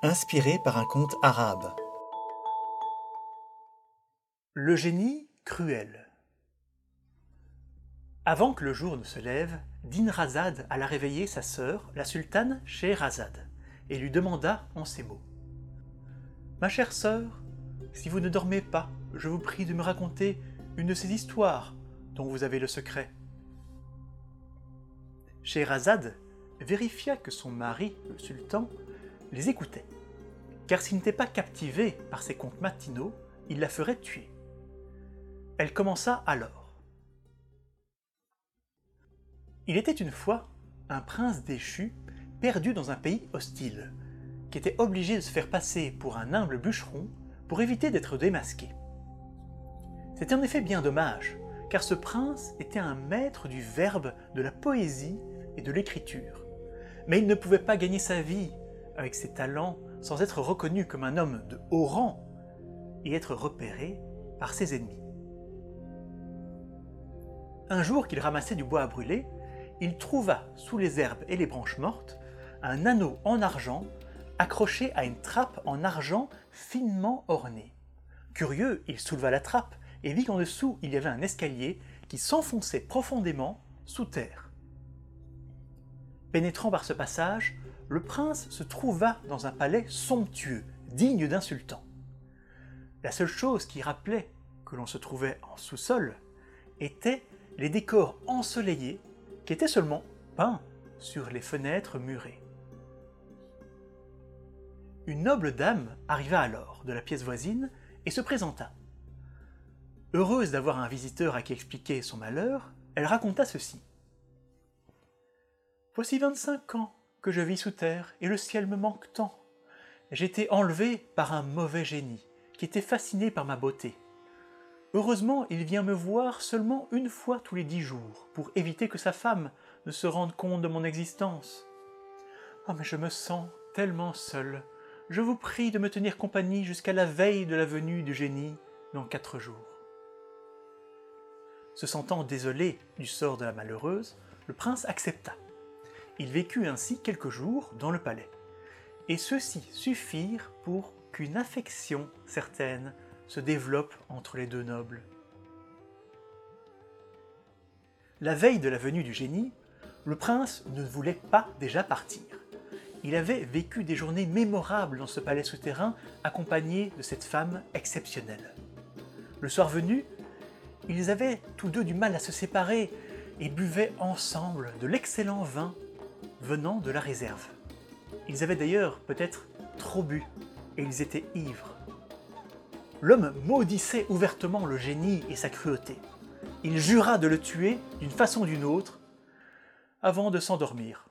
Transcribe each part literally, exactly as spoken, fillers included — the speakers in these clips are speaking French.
inspiré par un conte arabe. Le génie cruel. Avant que le jour ne se lève, Dinarzade alla réveiller sa sœur, la sultane Scheherazade, et lui demanda en ces mots. « Ma chère sœur, si vous ne dormez pas, je vous prie de me raconter une de ces histoires dont vous avez le secret. » Scheherazade vérifia que son mari, le sultan, les écoutait, car s'il n'était pas captivé par ses contes matinaux, il la ferait tuer. Elle commença alors. Il était une fois un prince déchu, perdu dans un pays hostile, qui était obligé de se faire passer pour un humble bûcheron pour éviter d'être démasqué. C'était en effet bien dommage, car ce prince était un maître du verbe, de la poésie et de l'écriture. Mais il ne pouvait pas gagner sa vie avec ses talents sans être reconnu comme un homme de haut rang et être repéré par ses ennemis. Un jour qu'il ramassait du bois à brûler, il trouva sous les herbes et les branches mortes un anneau en argent accroché à une trappe en argent finement ornée. Curieux, il souleva la trappe et vit qu'en dessous il y avait un escalier qui s'enfonçait profondément sous terre. Pénétrant par ce passage, le prince se trouva dans un palais somptueux, digne d'un sultan. La seule chose qui rappelait que l'on se trouvait en sous-sol étaient les décors ensoleillés qui étaient seulement peints sur les fenêtres murées. Une noble dame arriva alors de la pièce voisine et se présenta. Heureuse d'avoir un visiteur à qui expliquer son malheur, elle raconta ceci. « Voici vingt-cinq ans que je vis sous terre et le ciel me manque tant. J'ai été enlevée par un mauvais génie qui était fasciné par ma beauté. Heureusement, il vient me voir seulement une fois tous les dix jours pour éviter que sa femme ne se rende compte de mon existence. Oh, mais je me sens tellement seule. Je vous prie de me tenir compagnie jusqu'à la veille de la venue du génie dans quatre jours. » Se sentant désolé du sort de la malheureuse, le prince accepta. Il vécut ainsi quelques jours dans le palais, et ceux-ci suffirent pour qu'une affection certaine se développe entre les deux nobles. La veille de la venue du génie, le prince ne voulait pas déjà partir. Il avait vécu des journées mémorables dans ce palais souterrain, accompagné de cette femme exceptionnelle. Le soir venu, ils avaient tous deux du mal à se séparer et buvaient ensemble de l'excellent vin venant de la réserve. Ils avaient d'ailleurs peut-être trop bu et ils étaient ivres. L'homme maudissait ouvertement le génie et sa cruauté. Il jura de le tuer d'une façon ou d'une autre avant de s'endormir.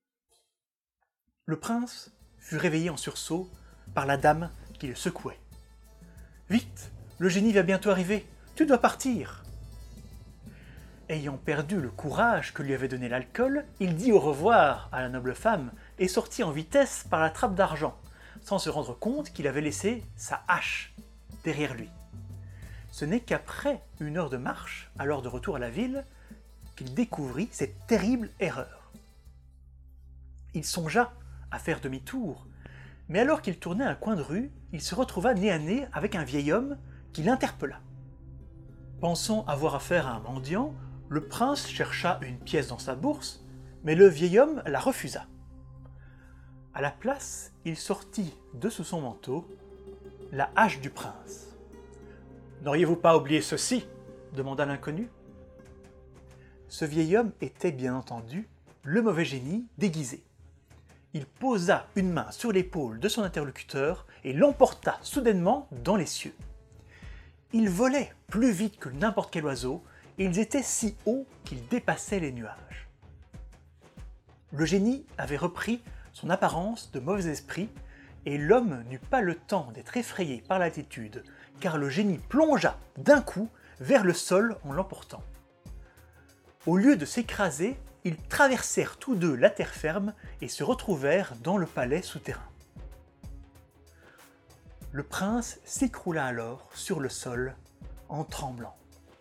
Le prince fut réveillé en sursaut par la dame qui le secouait. « Vite, le génie va bientôt arriver, tu dois partir !» Ayant perdu le courage que lui avait donné l'alcool, il dit au revoir à la noble femme et sortit en vitesse par la trappe d'argent, sans se rendre compte qu'il avait laissé sa hache derrière lui. Ce n'est qu'après une heure de marche, à l'heure de retour à la ville, qu'il découvrit cette terrible erreur. Il songea à faire demi-tour, mais alors qu'il tournait un coin de rue, il se retrouva nez à nez avec un vieil homme qui l'interpella. Pensant avoir affaire à un mendiant, le prince chercha une pièce dans sa bourse, mais le vieil homme la refusa. À la place, il sortit de sous son manteau la hache du prince. « N'auriez-vous pas oublié ceci ?» demanda l'inconnu. Ce vieil homme était bien entendu le mauvais génie déguisé. Il posa une main sur l'épaule de son interlocuteur et l'emporta soudainement dans les cieux. Ils volaient plus vite que n'importe quel oiseau et ils étaient si hauts qu'ils dépassaient les nuages. Le génie avait repris son apparence de mauvais esprit et l'homme n'eut pas le temps d'être effrayé par l'altitude, car le génie plongea d'un coup vers le sol en l'emportant. Au lieu de s'écraser, ils traversèrent tous deux la terre ferme et se retrouvèrent dans le palais souterrain. Le prince s'écroula alors sur le sol en tremblant.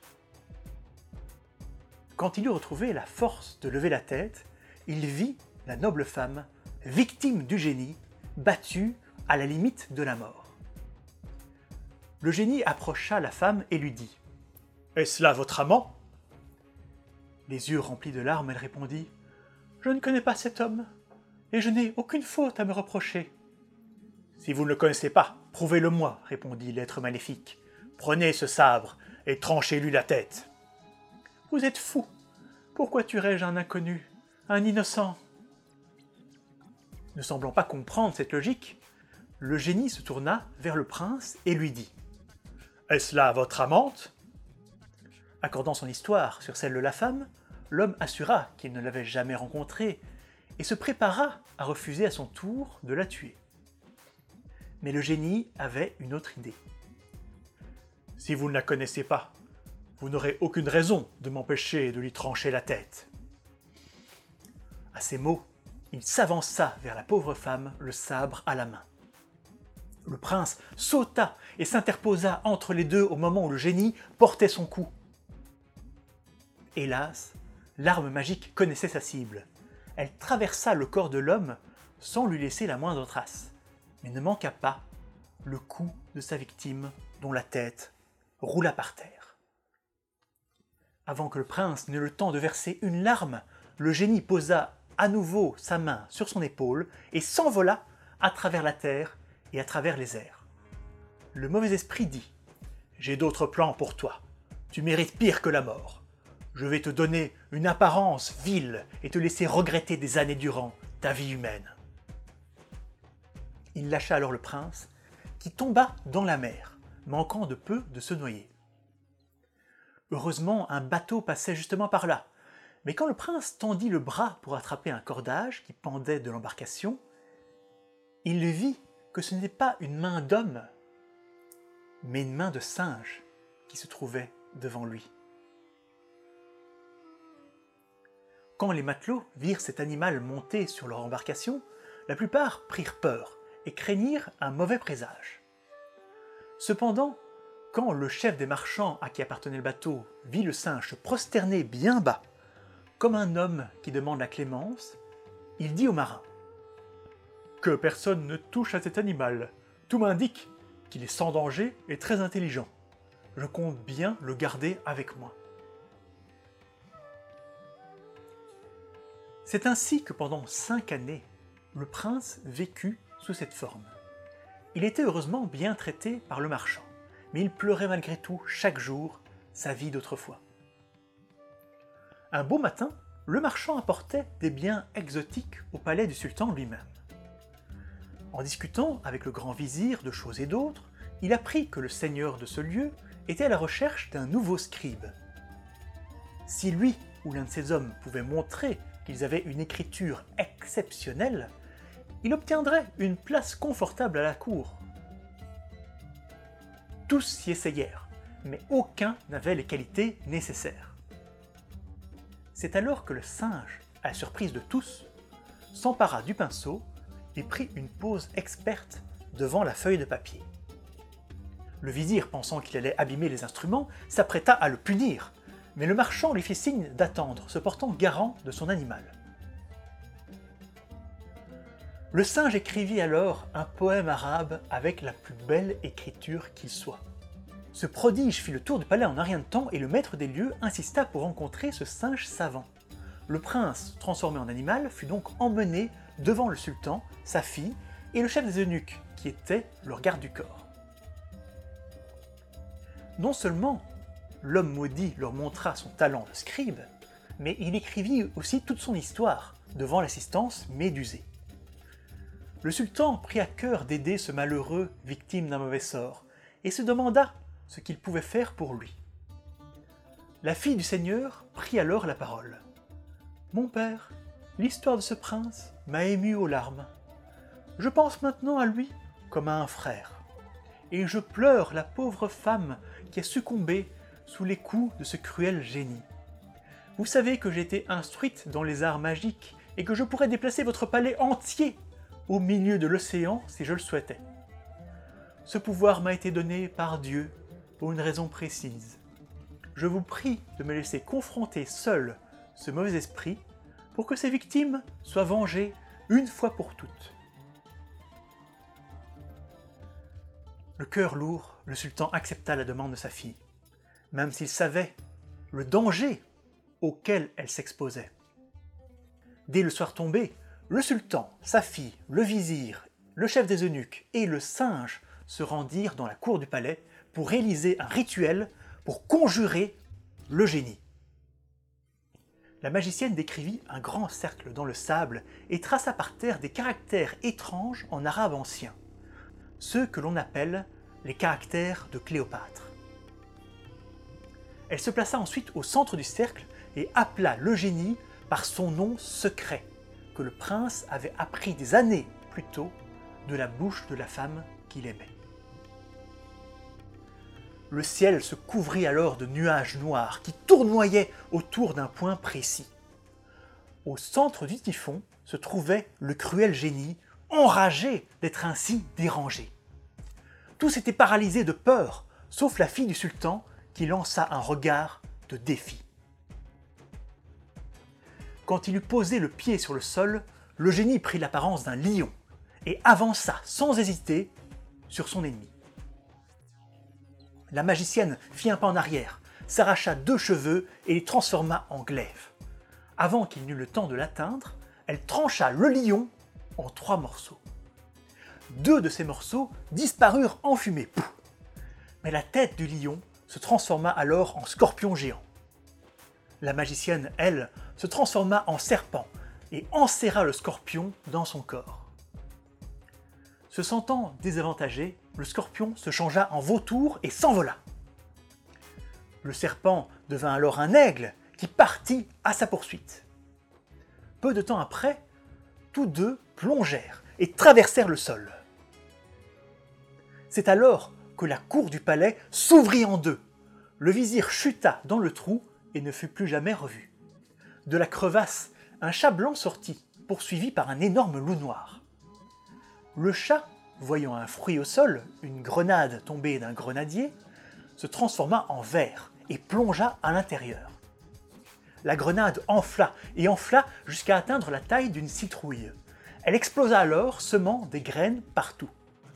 Quand il eut retrouvé la force de lever la tête, il vit la noble femme, victime du génie, battue à la limite de la mort. Le génie approcha la femme et lui dit « Est-ce là votre amant ?» Les yeux remplis de larmes, elle répondit « Je ne connais pas cet homme, et je n'ai aucune faute à me reprocher. »« Si vous ne le connaissez pas, prouvez-le-moi, » répondit l'être maléfique. « Prenez ce sabre et tranchez-lui la tête. »« Vous êtes fou. Pourquoi tuerais-je un inconnu, un innocent ?» Ne semblant pas comprendre cette logique, le génie se tourna vers le prince et lui dit « Est-ce là votre amante ?» Accordant son histoire sur celle de la femme, l'homme assura qu'il ne l'avait jamais rencontrée et se prépara à refuser à son tour de la tuer. Mais le génie avait une autre idée. « Si vous ne la connaissez pas, vous n'aurez aucune raison de m'empêcher de lui trancher la tête. » À ces mots, il s'avança vers la pauvre femme, le sabre à la main. Le prince sauta et s'interposa entre les deux au moment où le génie portait son coup. Hélas, l'arme magique connaissait sa cible. Elle traversa le corps de l'homme sans lui laisser la moindre trace, mais ne manqua pas le cou de sa victime dont la tête roula par terre. Avant que le prince n'eût le temps de verser une larme, le génie posa à nouveau sa main sur son épaule et s'envola à travers la terre et à travers les airs. Le mauvais esprit dit « J'ai d'autres plans pour toi. Tu mérites pire que la mort. Je vais te donner une apparence vile et te laisser regretter des années durant ta vie humaine. » Il lâcha alors le prince, qui tomba dans la mer, manquant de peu de se noyer. Heureusement, un bateau passait justement par là, mais quand le prince tendit le bras pour attraper un cordage qui pendait de l'embarcation, il vit que ce n'était pas une main d'homme, mais une main de singe qui se trouvait devant lui. Quand les matelots virent cet animal monter sur leur embarcation, la plupart prirent peur et craignirent un mauvais présage. Cependant, quand le chef des marchands à qui appartenait le bateau vit le singe se prosterner bien bas, comme un homme qui demande la clémence, il dit au marin « Que personne ne touche à cet animal. Tout m'indique qu'il est sans danger et très intelligent. Je compte bien le garder avec moi. » C'est ainsi que pendant cinq années, le prince vécut sous cette forme. Il était heureusement bien traité par le marchand, mais il pleurait malgré tout chaque jour sa vie d'autrefois. Un beau matin, le marchand apportait des biens exotiques au palais du sultan lui-même. En discutant avec le grand vizir de choses et d'autres, il apprit que le seigneur de ce lieu était à la recherche d'un nouveau scribe. Si lui ou l'un de ses hommes pouvait montrer qu'ils avaient une écriture exceptionnelle, il obtiendrait une place confortable à la cour. Tous s'y essayèrent, mais aucun n'avait les qualités nécessaires. C'est alors que le singe, à la surprise de tous, s'empara du pinceau et prit une pose experte devant la feuille de papier. Le vizir, pensant qu'il allait abîmer les instruments, s'apprêta à le punir, mais le marchand lui fit signe d'attendre, se portant garant de son animal. Le singe écrivit alors un poème arabe avec la plus belle écriture qu'il soit. Ce prodige fit le tour du palais en un rien de temps et le maître des lieux insista pour rencontrer ce singe savant. Le prince, transformé en animal, fut donc emmené devant le sultan, sa fille et le chef des eunuques, qui était leur garde du corps. Non seulement l'homme maudit leur montra son talent de scribe, mais il écrivit aussi toute son histoire devant l'assistance médusée. Le sultan prit à cœur d'aider ce malheureux victime d'un mauvais sort et se demanda ce qu'il pouvait faire pour lui. La fille du seigneur prit alors la parole. « Mon père, l'histoire de ce prince m'a ému aux larmes. Je pense maintenant à lui comme à un frère, et je pleure la pauvre femme qui a succombé sous les coups de ce cruel génie. Vous savez que j'ai été instruite dans les arts magiques et que je pourrais déplacer votre palais entier au milieu de l'océan si je le souhaitais. Ce pouvoir m'a été donné par Dieu pour une raison précise. Je vous prie de me laisser confronter seul ce mauvais esprit pour que ses victimes soient vengées une fois pour toutes. » Le cœur lourd, le sultan accepta la demande de sa fille, même s'il savait le danger auquel elle s'exposait. Dès le soir tombé, le sultan, sa fille, le vizir, le chef des eunuques et le singe se rendirent dans la cour du palais pour réaliser un rituel pour conjurer le génie. La magicienne décrivit un grand cercle dans le sable et traça par terre des caractères étranges en arabe ancien, ceux que l'on appelle les caractères de Cléopâtre. Elle se plaça ensuite au centre du cercle et appela le génie par son nom secret, que le prince avait appris des années plus tôt de la bouche de la femme qu'il aimait. Le ciel se couvrit alors de nuages noirs qui tournoyaient autour d'un point précis. Au centre du typhon se trouvait le cruel génie, enragé d'être ainsi dérangé. Tous étaient paralysés de peur, sauf la fille du sultan qui lança un regard de défi. Quand il eut posé le pied sur le sol, le génie prit l'apparence d'un lion et avança sans hésiter sur son ennemi. La magicienne fit un pas en arrière, s'arracha deux cheveux et les transforma en glaive. Avant qu'il n'eût le temps de l'atteindre, elle trancha le lion en trois morceaux. Deux de ces morceaux disparurent en fumée. Pouf ! Mais la tête du lion se transforma alors en scorpion géant. La magicienne, elle, se transforma en serpent et enserra le scorpion dans son corps. Se sentant désavantagé, le scorpion se changea en vautour et s'envola. Le serpent devint alors un aigle qui partit à sa poursuite. Peu de temps après, tous deux plongèrent et traversèrent le sol. C'est alors que la cour du palais s'ouvrit en deux. Le vizir chuta dans le trou et ne fut plus jamais revu. De la crevasse, un chat blanc sortit, poursuivi par un énorme loup noir. Le chat, voyant un fruit au sol, une grenade tombée d'un grenadier, se transforma en ver et plongea à l'intérieur. La grenade enfla et enfla jusqu'à atteindre la taille d'une citrouille. Elle explosa alors, semant des graines partout.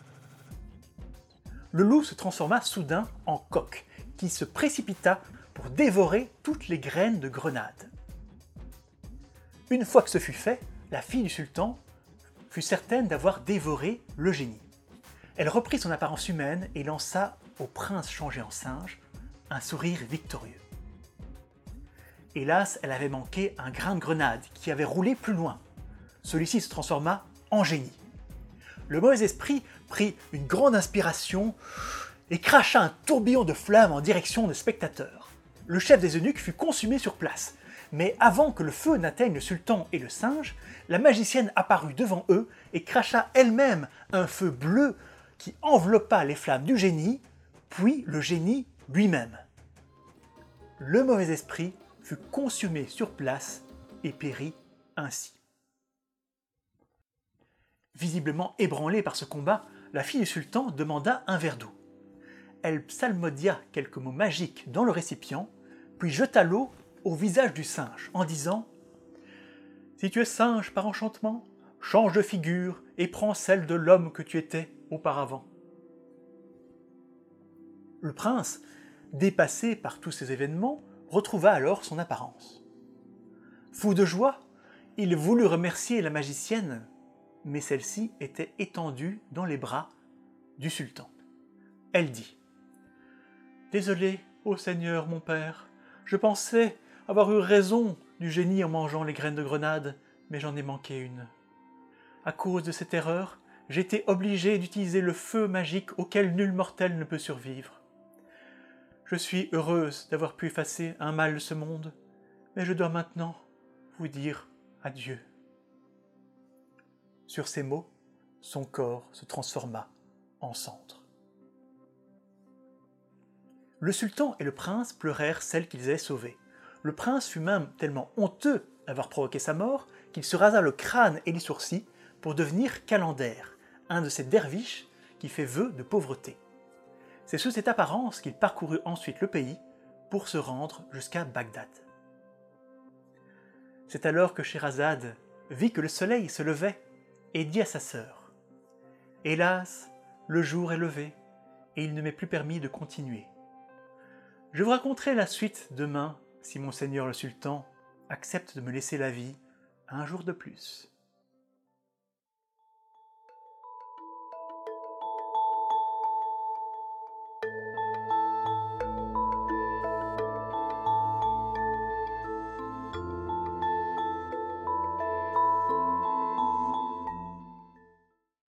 Le loup se transforma soudain en coq, qui se précipita pour dévorer toutes les graines de grenade. Une fois que ce fut fait, la fille du sultan fut certaine d'avoir dévoré le génie. Elle reprit son apparence humaine et lança au prince changé en singe un sourire victorieux. Hélas, elle avait manqué un grain de grenade qui avait roulé plus loin. Celui-ci se transforma en génie. Le mauvais esprit prit une grande inspiration et cracha un tourbillon de flammes en direction des spectateurs. Le chef des eunuques fut consumé sur place, mais avant que le feu n'atteigne le sultan et le singe, la magicienne apparut devant eux et cracha elle-même un feu bleu qui enveloppa les flammes du génie, puis le génie lui-même. Le mauvais esprit fut consumé sur place et périt ainsi. Visiblement ébranlée par ce combat, la fille du sultan demanda un verre d'eau. Elle psalmodia quelques mots magiques dans le récipient, puis jeta l'eau au visage du singe en disant « Si tu es singe par enchantement, change de figure et prends celle de l'homme que tu étais auparavant. » Le prince, dépassé par tous ces événements, retrouva alors son apparence. Fou de joie, il voulut remercier la magicienne, mais celle-ci était étendue dans les bras du sultan. Elle dit « Désolé, ô Seigneur mon père, je pensais avoir eu raison du génie en mangeant les graines de grenade, mais j'en ai manqué une. À cause de cette erreur, j'ai été obligé d'utiliser le feu magique auquel nul mortel ne peut survivre. Je suis heureuse d'avoir pu effacer un mal de ce monde, mais je dois maintenant vous dire adieu. » Sur ces mots, son corps se transforma en cendre. Le sultan et le prince pleurèrent celle qu'ils avaient sauvée. Le prince fut même tellement honteux d'avoir provoqué sa mort qu'il se rasa le crâne et les sourcils pour devenir Calender, un de ces derviches qui fait vœu de pauvreté. C'est sous cette apparence qu'il parcourut ensuite le pays pour se rendre jusqu'à Bagdad. C'est alors que Scheherazade vit que le soleil se levait et dit à sa sœur « Hélas, le jour est levé, et il ne m'est plus permis de continuer. Je vous raconterai la suite demain, si monseigneur le sultan accepte de me laisser la vie un jour de plus.